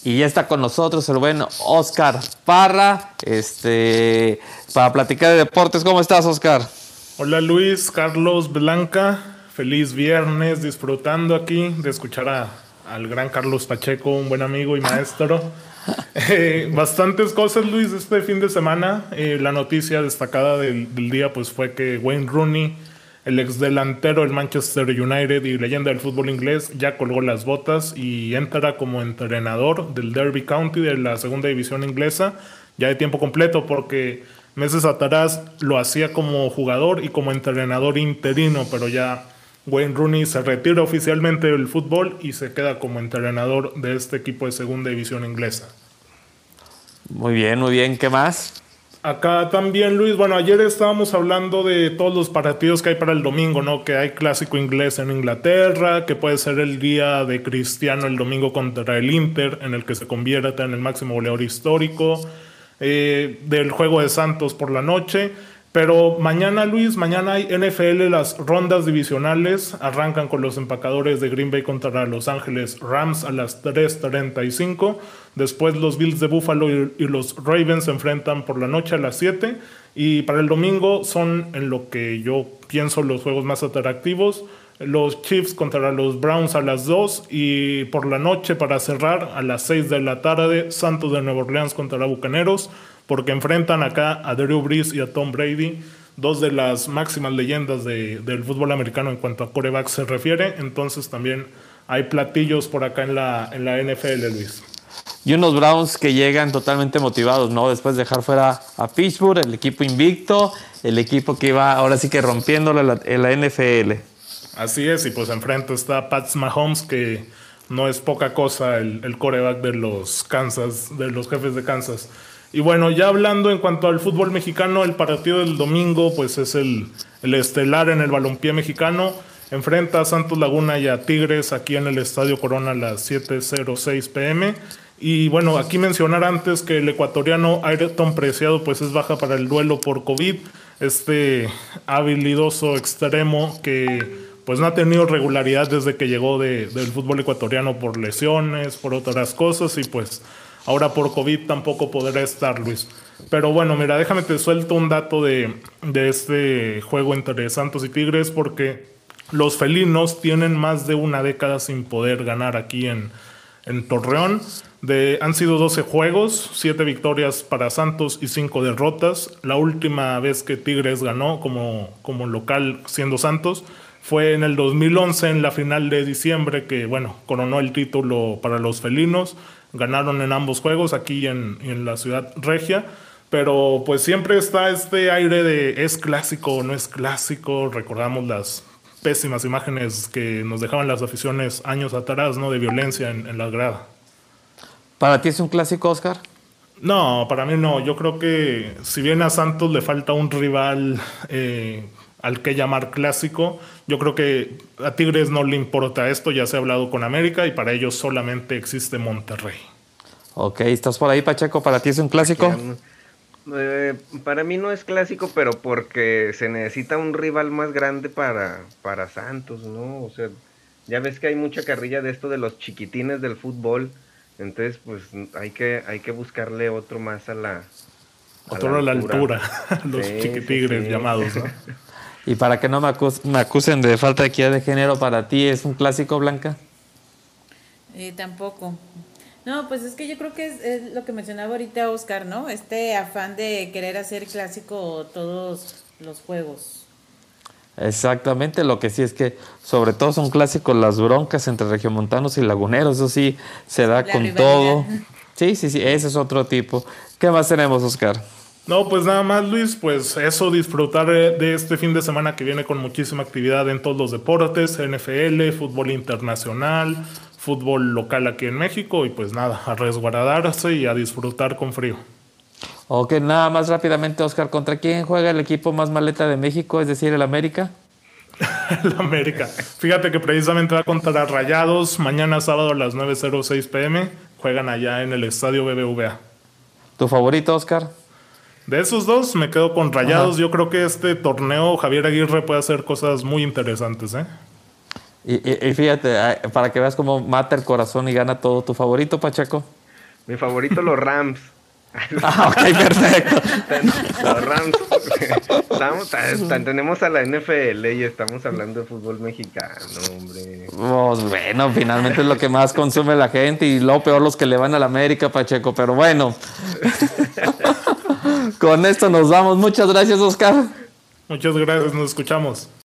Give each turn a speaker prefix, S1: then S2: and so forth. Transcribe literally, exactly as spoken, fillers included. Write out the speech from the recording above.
S1: Y ya está con nosotros el buen Oscar Parra, este, para platicar de deportes. ¿Cómo estás, Oscar?
S2: Hola Luis, Carlos, Blanca, feliz viernes, disfrutando aquí de escuchar a, al gran Carlos Pacheco, un buen amigo y maestro. Eh, bastantes cosas, Luis, este fin de semana. Eh, la noticia destacada del, del día pues fue que Wayne Rooney, el ex delantero del Manchester United y leyenda del fútbol inglés, ya colgó las botas y entra como entrenador del Derby County de la segunda división inglesa, ya de tiempo completo, porque meses atrás lo hacía como jugador y como entrenador interino, pero ya Wayne Rooney se retira oficialmente del fútbol y se queda como entrenador de este equipo de segunda división inglesa.
S1: Muy bien, muy bien. ¿Qué más?
S2: Acá también, Luis, bueno, ayer estábamos hablando de todos los partidos que hay para el domingo, ¿no? Que hay clásico inglés en Inglaterra, que puede ser el día de Cristiano el domingo contra el Inter, en el que se convierte en el máximo goleador histórico, eh, del juego de Santos por la noche. Pero mañana, Luis, mañana hay N F L, las rondas divisionales arrancan con los empacadores de Green Bay contra Los Ángeles Rams a las tres treinta y cinco. Después los Bills de Buffalo y, y los Ravens se enfrentan por la noche a las siete. Y para el domingo son, en lo que yo pienso, los juegos más atractivos. Los Chiefs contra los Browns a las dos. Y por la noche, para cerrar, a las seis de la tarde, Santos de Nueva Orleans contra Bucaneros, porque enfrentan acá a Drew Brees y a Tom Brady, dos de las máximas leyendas de, del fútbol americano en cuanto a quarterback se refiere. Entonces también hay platillos por acá en la, en la N F L, Luis.
S1: Y unos Browns que llegan totalmente motivados, ¿no? Después de dejar fuera a Pittsburgh, el equipo invicto, el equipo que iba ahora sí que rompiéndole en la, en la N F L.
S2: Así es, y pues enfrente está Pat Mahomes, que no es poca cosa, el, el quarterback de los Kansas, de los Jefes de Kansas. Y bueno, ya hablando en cuanto al fútbol mexicano, el partido del domingo pues es el, el estelar en el balompié mexicano. Enfrenta a Santos Laguna y a Tigres aquí en el Estadio Corona a las siete cero seis pm. Y bueno, aquí mencionar antes que el ecuatoriano Ayrton Preciado pues es baja para el duelo por COVID. Este habilidoso extremo que pues no ha tenido regularidad desde que llegó de, del fútbol ecuatoriano por lesiones, por otras cosas, y pues ahora por COVID tampoco podrá estar, Luis. Pero bueno, mira, déjame te suelto un dato de, de este juego entre Santos y Tigres, porque los felinos tienen más de una década sin poder ganar aquí en, en Torreón. De, han sido doce juegos, siete victorias para Santos y cinco derrotas. La última vez que Tigres ganó como, como local siendo Santos fue en el dos mil once, en la final de diciembre, que bueno, coronó el título para los felinos. Ganaron en ambos juegos aquí en, en la ciudad regia, pero pues siempre está este aire de es clásico o no es clásico. Recordamos las pésimas imágenes que nos dejaban las aficiones años atrás, ¿no? De violencia en, en la grada.
S1: ¿Para ti es un clásico, Oscar?
S2: No, para mí no. Yo creo que si bien a Santos le falta un rival eh, al que llamar clásico, yo creo que a Tigres no le importa esto. Ya se ha hablado con América y para ellos solamente existe Monterrey.
S1: Ok, ¿estás por ahí, Pacheco? ¿Para ti es un clásico?
S3: Eh, para mí no es clásico, pero porque se necesita un rival más grande para, para Santos, ¿no? O sea, ya ves que hay mucha carrilla de esto de los chiquitines del fútbol. Entonces, pues hay que, hay que buscarle otro más a la
S2: a Otro a la altura, a la altura. Los
S3: sí,
S2: chiquitigres sí, sí. llamados, ¿no?
S1: Y para que no me, acus me acusen de falta de equidad de género, ¿para ti es un clásico, Blanca?
S4: Eh, tampoco. No, pues es que yo creo que es, es lo que mencionaba ahorita Oscar, ¿no? Este afán de querer hacer clásico todos los juegos.
S1: Exactamente, lo que sí es que sobre todo son clásicos las broncas entre regiomontanos y laguneros, eso sí se da La con rivalidad. Todo. Sí, sí, sí, ese es otro tipo. ¿Qué más tenemos, Oscar?
S2: No, pues nada más, Luis, pues eso, disfrutar de este fin de semana que viene con muchísima actividad en todos los deportes, N F L, fútbol internacional, fútbol local aquí en México, y pues nada, a resguardarse y a disfrutar con frío.
S1: Ok, nada más rápidamente, Oscar, ¿contra quién juega el equipo más maleta de México, es decir, el América?
S2: El América. Fíjate que precisamente va contra Rayados, mañana sábado a las nueve cero seis pm, juegan allá en el estadio B B V A.
S1: ¿Tu favorito, Oscar?
S2: De esos dos me quedo con Rayados. Ajá. Yo creo que este torneo Javier Aguirre puede hacer cosas muy interesantes, ¿eh?
S1: Y, y, y fíjate, para que veas cómo mata el corazón y gana todo. ¿Tu favorito, Pacheco?
S3: Mi favorito, los Rams.
S1: Ah, ok, perfecto.
S3: Los Rams. Estamos, tan- tenemos a la N F L y estamos hablando de fútbol mexicano, hombre.
S1: Pues bueno, finalmente es lo que más consume la gente y lo peor los que le van a la América, Pacheco, pero bueno. Con esto nos vamos. Muchas gracias, Oscar.
S2: Muchas gracias, nos escuchamos.